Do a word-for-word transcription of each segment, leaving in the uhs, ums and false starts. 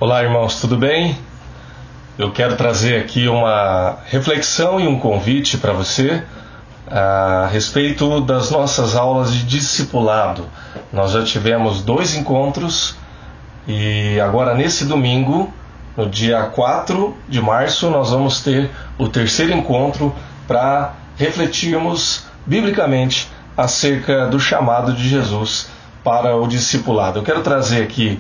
Olá, irmãos, tudo bem? Eu quero trazer aqui uma reflexão e um convite para você a respeito das nossas aulas de discipulado. Nós já tivemos dois encontros e agora nesse domingo, no dia quatro de março, nós vamos ter o terceiro encontro para refletirmos biblicamente acerca do chamado de Jesus para o discipulado. Eu quero trazer aqui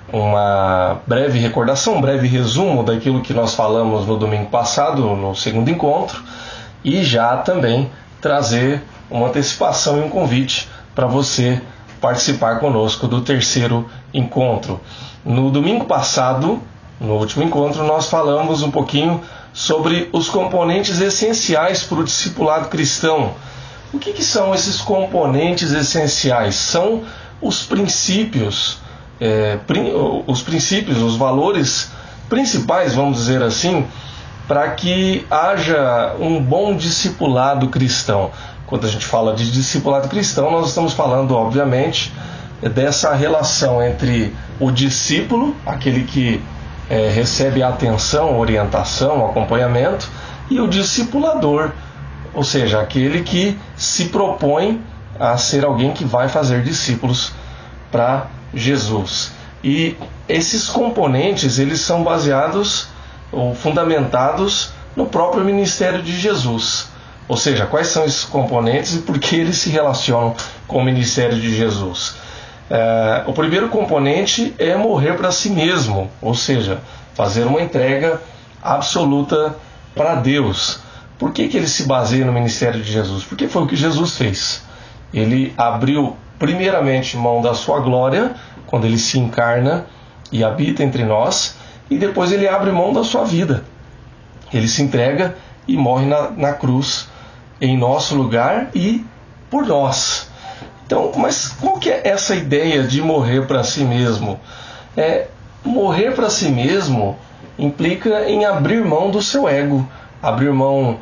uma breve recordação, um breve resumo daquilo que nós falamos no domingo passado, no segundo encontro, e já também trazer uma antecipação e um convite para você participar conosco do terceiro encontro. No domingo passado, no último encontro, nós falamos um pouquinho sobre os componentes essenciais para o discipulado cristão. O que, que são esses componentes essenciais? São os princípios É, os princípios, os valores principais, vamos dizer assim, para que haja um bom discipulado cristão. Quando a gente fala de discipulado cristão, nós estamos falando, obviamente, dessa relação entre o discípulo, aquele que é, recebe atenção, orientação, acompanhamento, e o discipulador, ou seja, aquele que se propõe a ser alguém que vai fazer discípulos para Jesus. E esses componentes, eles são baseados ou fundamentados no próprio ministério de Jesus. Ou seja, quais são esses componentes e por que eles se relacionam com o ministério de Jesus? É, o primeiro componente é morrer para si mesmo, ou seja, fazer uma entrega absoluta para Deus. Por que que ele se baseia no ministério de Jesus? Porque foi o que Jesus fez. Ele abriu primeiramente mão da sua glória, quando ele se encarna e habita entre nós, e depois ele abre mão da sua vida. Ele se entrega e morre na, na cruz, em nosso lugar e por nós. Então, mas qual que é essa ideia de morrer para si mesmo? É, morrer para si mesmo implica em abrir mão do seu ego, abrir mão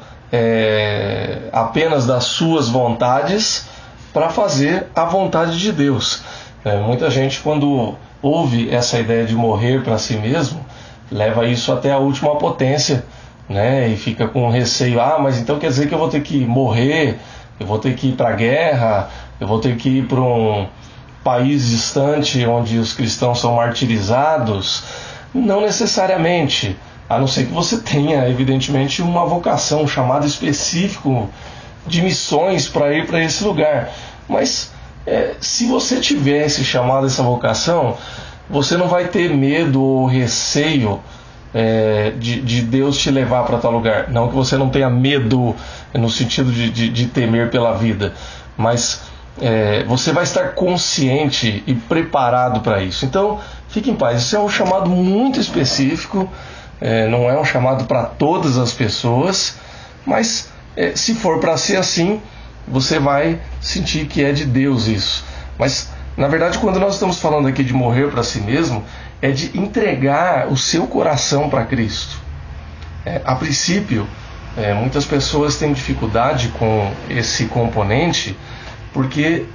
é, apenas das suas vontades para fazer a vontade de Deus. É, muita gente, quando ouve essa ideia de morrer para si mesmo, leva isso até a última potência, né? E fica com receio. Ah, mas então quer dizer que eu vou ter que morrer, eu vou ter que ir para a guerra, eu vou ter que ir para um país distante onde os cristãos são martirizados? Não necessariamente, a não ser que você tenha, evidentemente, uma vocação, um chamado específico de missões para ir para esse lugar. Mas é, se você tiver esse chamado, essa vocação, você não vai ter medo ou receio é, de, de Deus te levar para tal lugar. Não que você não tenha medo no sentido de, de, de temer pela vida, mas é, você vai estar consciente e preparado para isso. Então fique em paz, isso é um chamado muito específico, é, não é um chamado para todas as pessoas, mas É, se for para ser assim, você vai sentir que é de Deus isso. Mas, na verdade, quando nós estamos falando aqui de morrer para si mesmo, é de entregar o seu coração para Cristo. É, a princípio, é, muitas pessoas têm dificuldade com esse componente, porque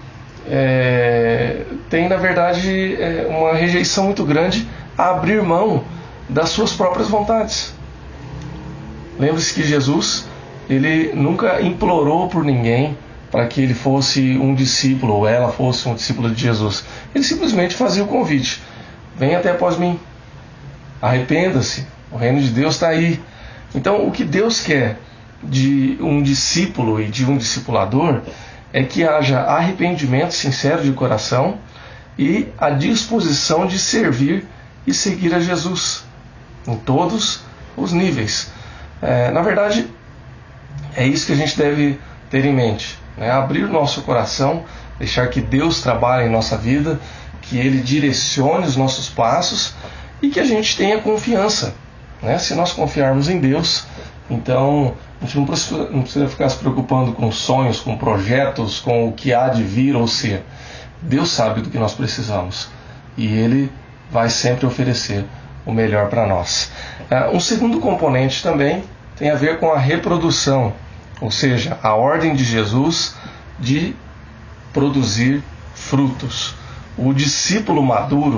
é, tem, na verdade, é, uma rejeição muito grande a abrir mão das suas próprias vontades. Lembre-se que Jesus, ele nunca implorou por ninguém para que ele fosse um discípulo ou ela fosse um discípulo de Jesus. Ele simplesmente fazia o convite: venha até após mim, arrependa-se, o reino de Deus está aí. Então, o que Deus quer de um discípulo e de um discipulador é que haja arrependimento sincero de coração e a disposição de servir e seguir a Jesus em todos os níveis. É, na verdade, é isso que a gente deve ter em mente, né? Abrir o nosso coração, deixar que Deus trabalhe em nossa vida, que Ele direcione os nossos passos e que a gente tenha confiança, né? Se nós confiarmos em Deus, então a gente não precisa, não precisa ficar se preocupando com sonhos, com projetos, com o que há de vir ou ser. Deus sabe do que nós precisamos e Ele vai sempre oferecer o melhor para nós. Um segundo componente também tem a ver com a reprodução, ou seja, a ordem de Jesus de produzir frutos. O discípulo maduro,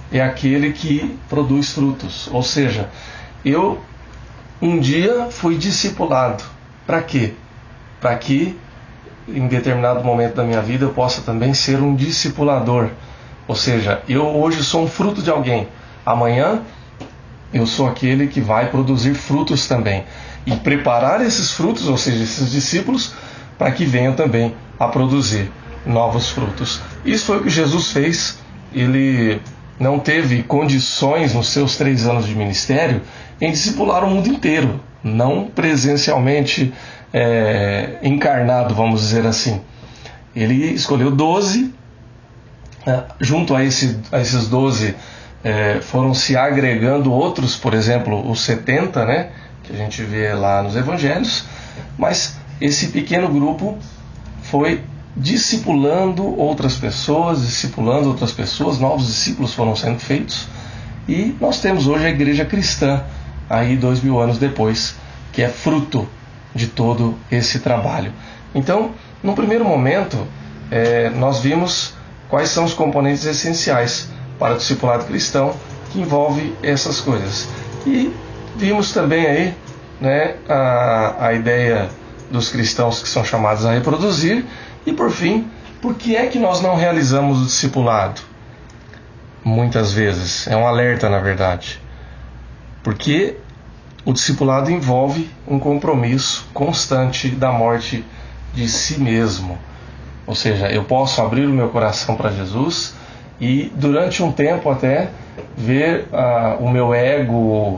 é aquele que produz frutos. Ou seja, eu um dia fui discipulado. Para quê? Para que em determinado momento da minha vida eu possa também ser um discipulador. Ou seja, eu hoje sou um fruto de alguém. Amanhã eu sou aquele que vai produzir frutos também. E preparar esses frutos, ou seja, esses discípulos, para que venham também a produzir novos frutos. Isso foi o que Jesus fez. Ele não teve condições nos seus três anos de ministério em discipular o mundo inteiro, não presencialmente é, encarnado, vamos dizer assim. Ele escolheu doze, é, junto a, esse, a esses doze é, foram se agregando outros, por exemplo, os setenta, né, que a gente vê lá nos evangelhos, mas esse pequeno grupo foi discipulando outras pessoas, discipulando outras pessoas, novos discípulos foram sendo feitos, e nós temos hoje a igreja cristã, aí dois mil anos depois, que é fruto de todo esse trabalho. Então, no primeiro momento, é, nós vimos quais são os componentes essenciais para o discipulado cristão, que envolve essas coisas. E vimos também aí, né, a, a ideia dos cristãos que são chamados a reproduzir. E por fim, por que é que nós não realizamos o discipulado? Muitas vezes, é um alerta na verdade. Porque o discipulado envolve um compromisso constante da morte de si mesmo. Ou seja, eu posso abrir o meu coração para Jesus e durante um tempo até ver uh, o meu ego,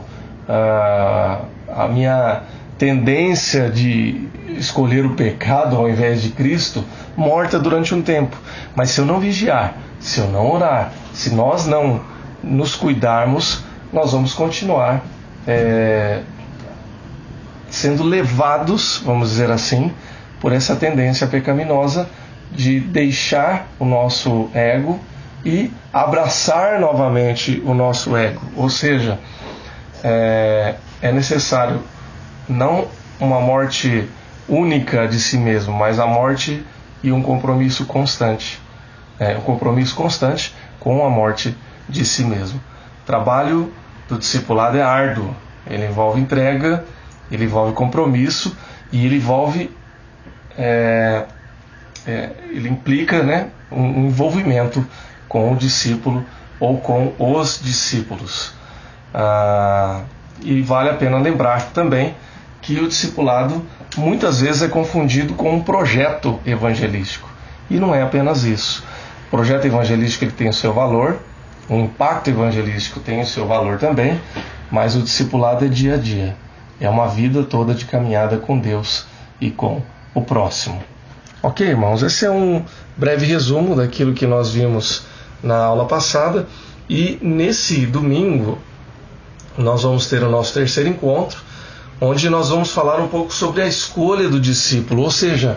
uh, a minha tendência de escolher o pecado ao invés de Cristo morta durante um tempo. Mas se eu não vigiar, se eu não orar, se nós não nos cuidarmos, nós vamos continuar é, sendo levados, vamos dizer assim, por essa tendência pecaminosa de deixar o nosso ego e abraçar novamente o nosso ego. Ou seja, é, é necessário não uma morte única de si mesmo, mas a morte e um compromisso constante. É, um compromisso constante com a morte de si mesmo. O trabalho do discipulado é árduo. Ele envolve entrega, ele envolve compromisso e ele envolve é, é, ele implica, né, um envolvimento com o discípulo ou com os discípulos. Ah, e vale a pena lembrar também que o discipulado muitas vezes é confundido com um projeto evangelístico. E não é apenas isso. O projeto evangelístico ele tem o seu valor, o impacto evangelístico tem o seu valor também, mas o discipulado é dia a dia. É uma vida toda de caminhada com Deus e com o próximo. Ok, irmãos, esse é um breve resumo daquilo que nós vimos na aula passada. E nesse domingo nós vamos ter o nosso terceiro encontro, onde nós vamos falar um pouco sobre a escolha do discípulo. Ou seja,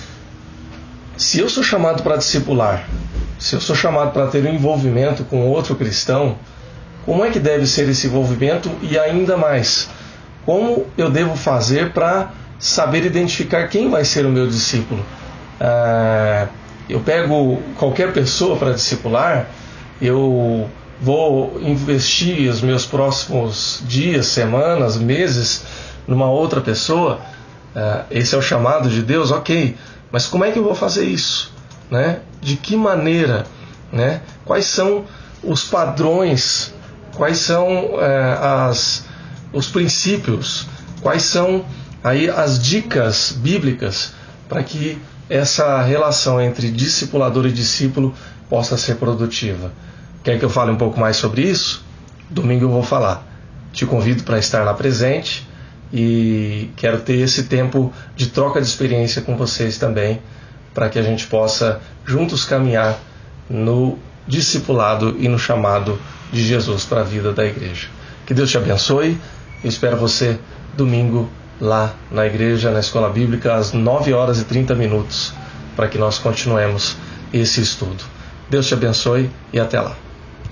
se eu sou chamado para discipular, se eu sou chamado para ter um envolvimento com outro cristão, como é que deve ser esse envolvimento? E ainda mais, como eu devo fazer para saber identificar quem vai ser o meu discípulo? Ah, eu pego qualquer pessoa para discipular, eu vou investir os meus próximos dias, semanas, meses numa outra pessoa. Ah, esse é o chamado de Deus, ok, mas como é que eu vou fazer isso? Né? De que maneira? Né? Quais são os padrões? Quais são eh, as, os princípios? Quais são aí as dicas bíblicas para que essa relação entre discipulador e discípulo possa ser produtiva? Quer que eu fale um pouco mais sobre isso? Domingo eu vou falar. Te convido para estar lá presente e quero ter esse tempo de troca de experiência com vocês também, para que a gente possa juntos caminhar no discipulado e no chamado de Jesus para a vida da igreja. Que Deus te abençoe. Eu espero você domingo lá na igreja, na escola bíblica, às nove horas e trinta minutos, para que nós continuemos esse estudo. Deus te abençoe e até lá.